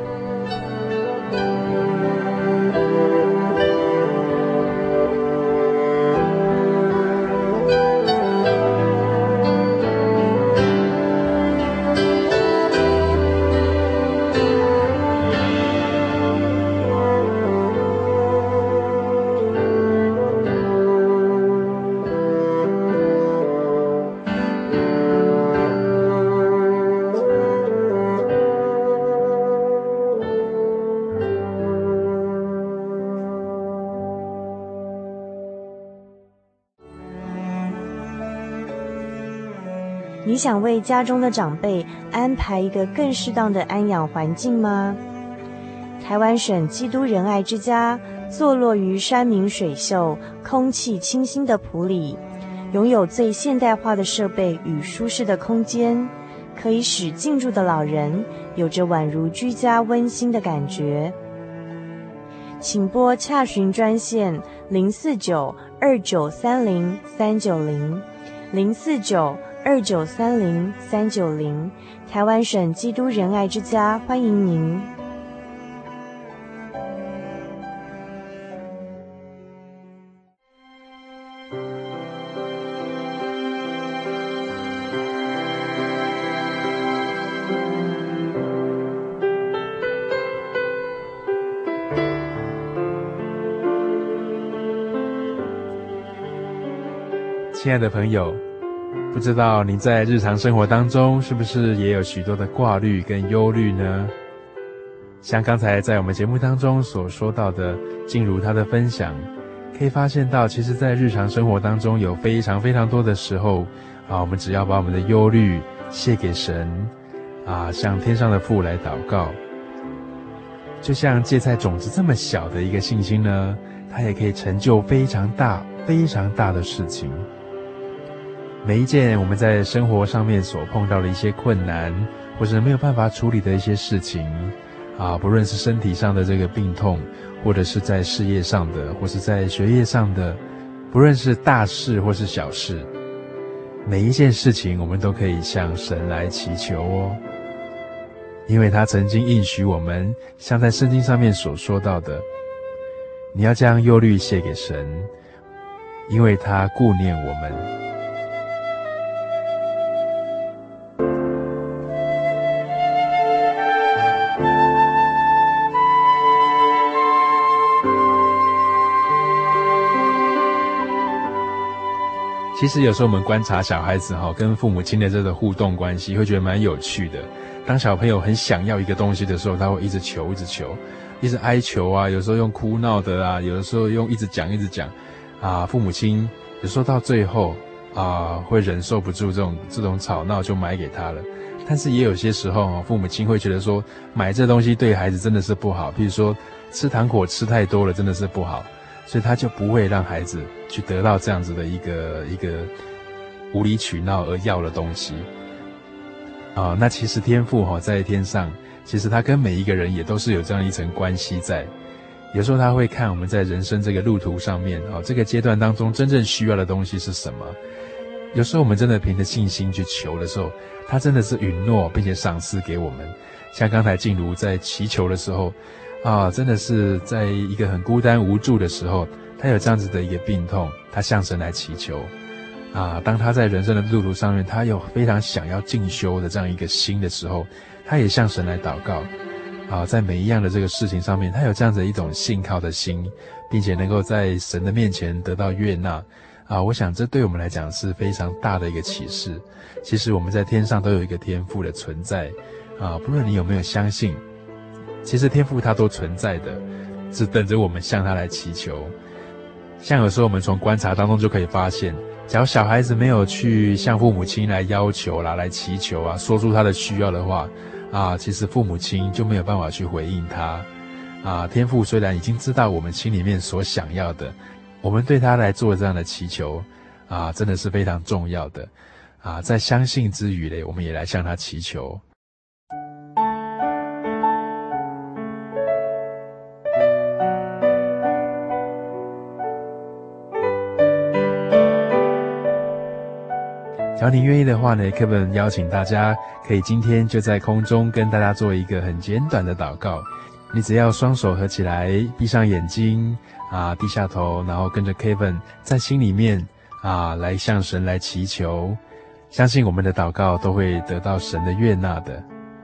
你想为家中的长辈安排一个更适当的安养环境吗？台湾省基督仁爱之家坐落于山明水秀、空气清新的埔里，拥有最现代化的设备与舒适的空间，可以使进驻的老人有着宛如居家温馨的感觉。请拨洽询专线049-2930-390 049-2930-390，台湾省基督仁爱之家欢迎您。 亲爱的朋友，不知道您在日常生活当中是不是也有许多的挂虑跟忧虑呢？像刚才在我们节目当中所说到的静茹她的分享，可以发现到其实在日常生活当中有非常非常多的时候我们只要把我们的忧虑卸给神向天上的父来祷告， 就像芥菜种子这么小的一个信心呢，它也可以成就非常大非常大的事情。每一件我们在生活上面所碰到的一些困难，或是没有办法处理的一些事情不论是身体上的这个病痛，或者是在事业上的，或是在学业上的，不论是大事或是小事，每一件事情我们都可以向神来祈求哦。因为他曾经应许我们，像在圣经上面所说到的，你要将忧虑卸给神，因为他顾念我们。其实有时候我们观察小孩子跟父母亲的这个互动关系，会觉得蛮有趣的。当小朋友很想要一个东西的时候，他会一直求，一直哀求啊，有时候用哭闹的啊，有的时候用一直讲父母亲有时候到最后会忍受不住这种吵闹，就买给他了。但是也有些时候父母亲会觉得说，买这东西对孩子真的是不好，譬如说吃糖果吃太多了真的是不好，所以他就不会让孩子去得到这样子的一个无理取闹而要的东西那其实天父在天上，其实他跟每一个人也都是有这样一层关系在。有时候他会看我们在人生这个路途上面这个阶段当中真正需要的东西是什么。有时候我们真的凭着信心去求的时候，他真的是允诺并且赏赐给我们。像刚才静茹在祈求的时候真的是在一个很孤单无助的时候，他有这样子的一个病痛，他向神来祈求当他在人生的路途上面，他有非常想要进修的这样一个心的时候，他也向神来祷告在每一样的这个事情上面，他有这样子一种信靠的心，并且能够在神的面前得到悦纳我想这对我们来讲是非常大的一个启示。其实我们在天上都有一个天父的存在不论你有没有相信，其实天父他都存在的，只等着我们向他来祈求。像有时候我们从观察当中就可以发现，假如小孩子没有去向父母亲来要求啦，来祈求说出他的需要的话其实父母亲就没有办法去回应他天父虽然已经知道我们心里面所想要的，我们对他来做这样的祈求真的是非常重要的在相信之余呢，我们也来向他祈求。假如您愿意的话呢，Kevin邀请大家可以今天就在空中跟大家做一个很简短的祷告。你只要双手合起来，闭上眼睛低下头，然后跟着 Kevin 在心里面来向神来祈求，相信我们的祷告都会得到神的悦纳的。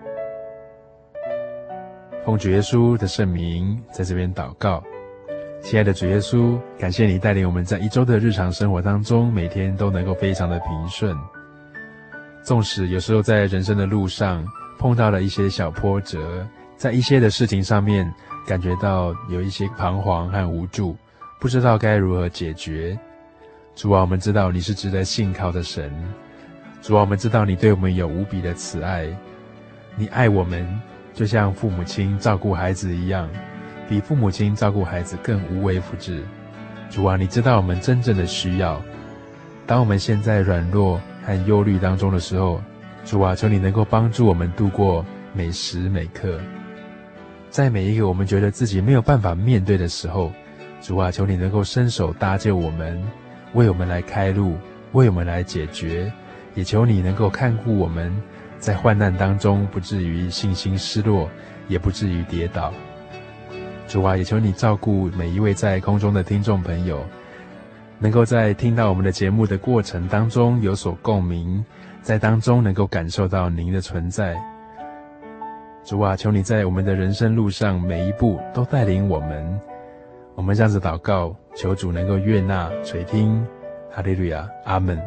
奉主耶稣的圣名在这边祷告。亲爱的主耶稣，感谢你带领我们在一周的日常生活当中，每天都能够非常的平顺。纵使有时候在人生的路上碰到了一些小波折，在一些的事情上面感觉到有一些彷徨和无助，不知道该如何解决。主啊，我们知道你是值得信靠的神。主啊，我们知道你对我们有无比的慈爱，你爱我们就像父母亲照顾孩子一样，比父母亲照顾孩子更无微不至。主啊，你知道我们真正的需要。当我们现在软弱和忧虑当中的时候，主啊，求你能够帮助我们度过每时每刻。在每一个我们觉得自己没有办法面对的时候，主啊，求你能够伸手搭救我们，为我们来开路，为我们来解决。也求你能够看顾我们，在患难当中不至于信心失落，也不至于跌倒。主啊，也求你照顾每一位在空中的听众朋友，能够在听到我们的节目的过程当中有所共鸣，在当中能够感受到您的存在。主啊，求你在我们的人生路上每一步都带领我们。我们这样子祷告，求主能够悦纳垂听。哈利路亚，阿们。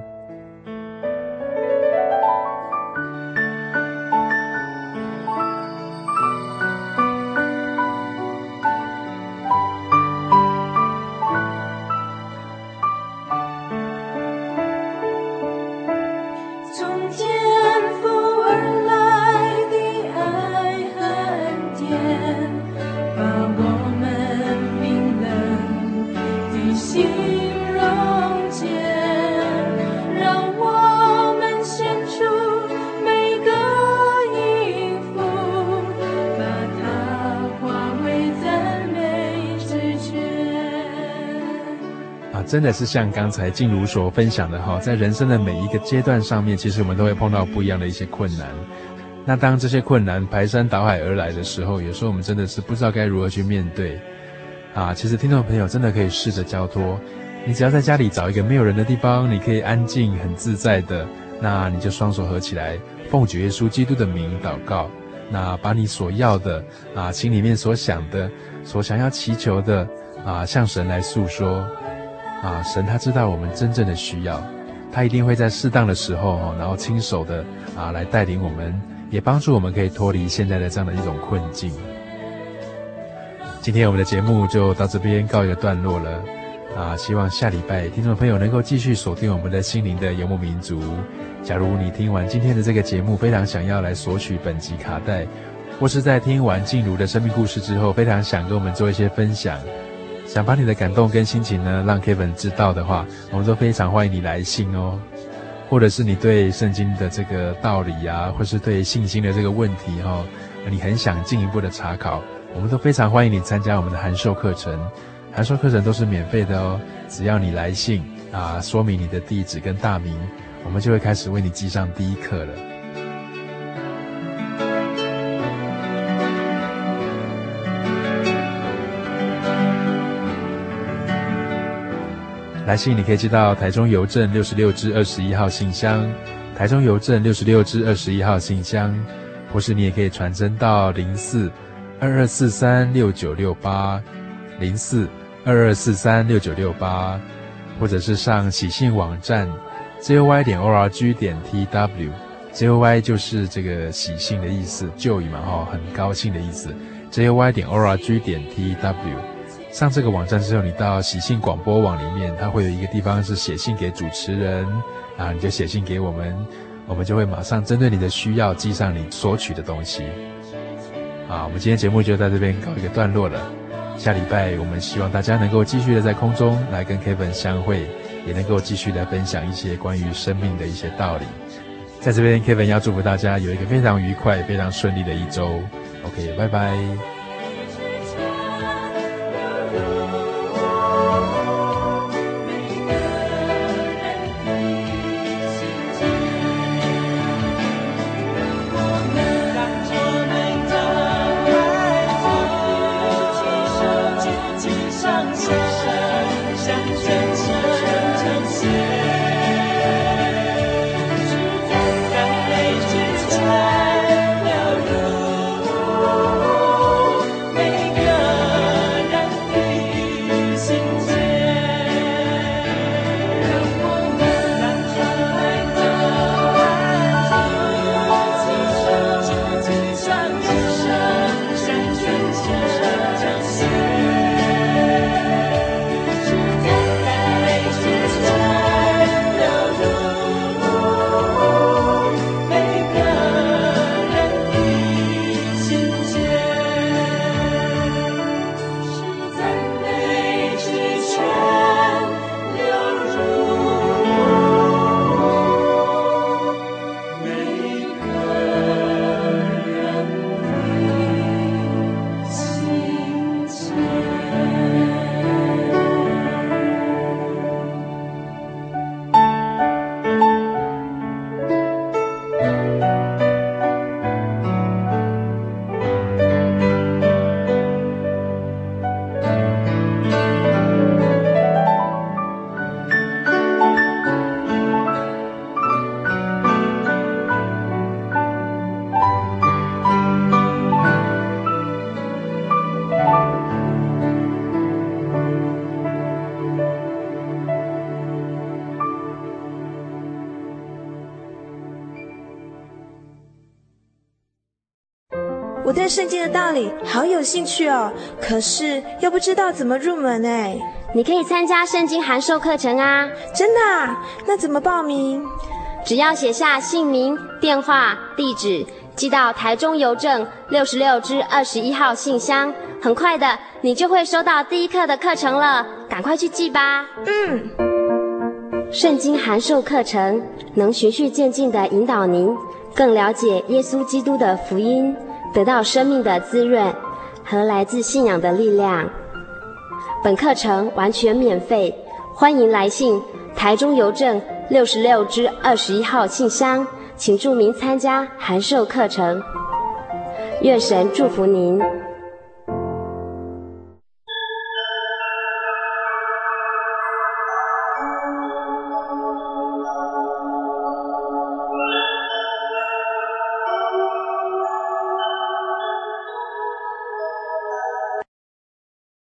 真的是像刚才静茹所分享的在人生的每一个阶段上面，其实我们都会碰到不一样的一些困难。那当这些困难排山倒海而来的时候，有时候我们真的是不知道该如何去面对其实听众朋友真的可以试着交托，你只要在家里找一个没有人的地方，你可以安静很自在的，那你就双手合起来，奉主耶稣基督的名祷告，那把你所要的心里面所想的，所想要祈求的向神来诉说神他知道我们真正的需要，他一定会在适当的时候然后亲手的来带领我们，也帮助我们可以脱离现在的这样的一种困境。今天我们的节目就到这边告一个段落了希望下礼拜听众朋友能够继续锁定我们的心灵的游牧民族。假如你听完今天的这个节目，非常想要来索取本集卡带，或是在听完静茹的生命故事之后，非常想跟我们做一些分享，想把你的感动跟心情呢让 Kevin 知道的话，我们都非常欢迎你来信哦。或者是你对圣经的这个道理或是对信心的这个问题你很想进一步的查考，我们都非常欢迎你参加我们的函授课程。函授课程都是免费的哦，只要你来信说明你的地址跟大名，我们就会开始为你寄上第一课了。来信你可以寄到台中邮政66支21号信箱，台中邮政66支21号信箱，或是你也可以传真到04-2243-6968 04-2243-6968，或者是上喜信网站 joy.org.tw， joy 就是这个喜信的意思，joy 嘛很高兴的意思， joy.org.tw。上这个网站之后，你到喜信广播网里面，它会有一个地方是写信给主持人你就写信给我们，我们就会马上针对你的需要寄上你索取的东西我们今天节目就在这边告一个段落了。下礼拜我们希望大家能够继续的在空中来跟 Kevin 相会，也能够继续来分享一些关于生命的一些道理。在这边 Kevin 要祝福大家有一个非常愉快非常顺利的一周。 OK， 拜拜。 我对圣经的道理好有兴趣哦，可是又不知道怎么入门哎。 你可以参加圣经函授课程啊。 真的啊？那怎么报名？ 只要写下姓名、电话、地址，寄到台中邮政66支21号信箱，很快的你就会收到第一课的课程了，赶快去寄吧。圣经函授课程能循序渐进地引导您更了解耶稣基督的福音，得到生命的滋润和来自信仰的力量。本课程完全免费， 欢迎来信台中邮政66支21号信箱，请注明参加函授课程。愿神祝福您。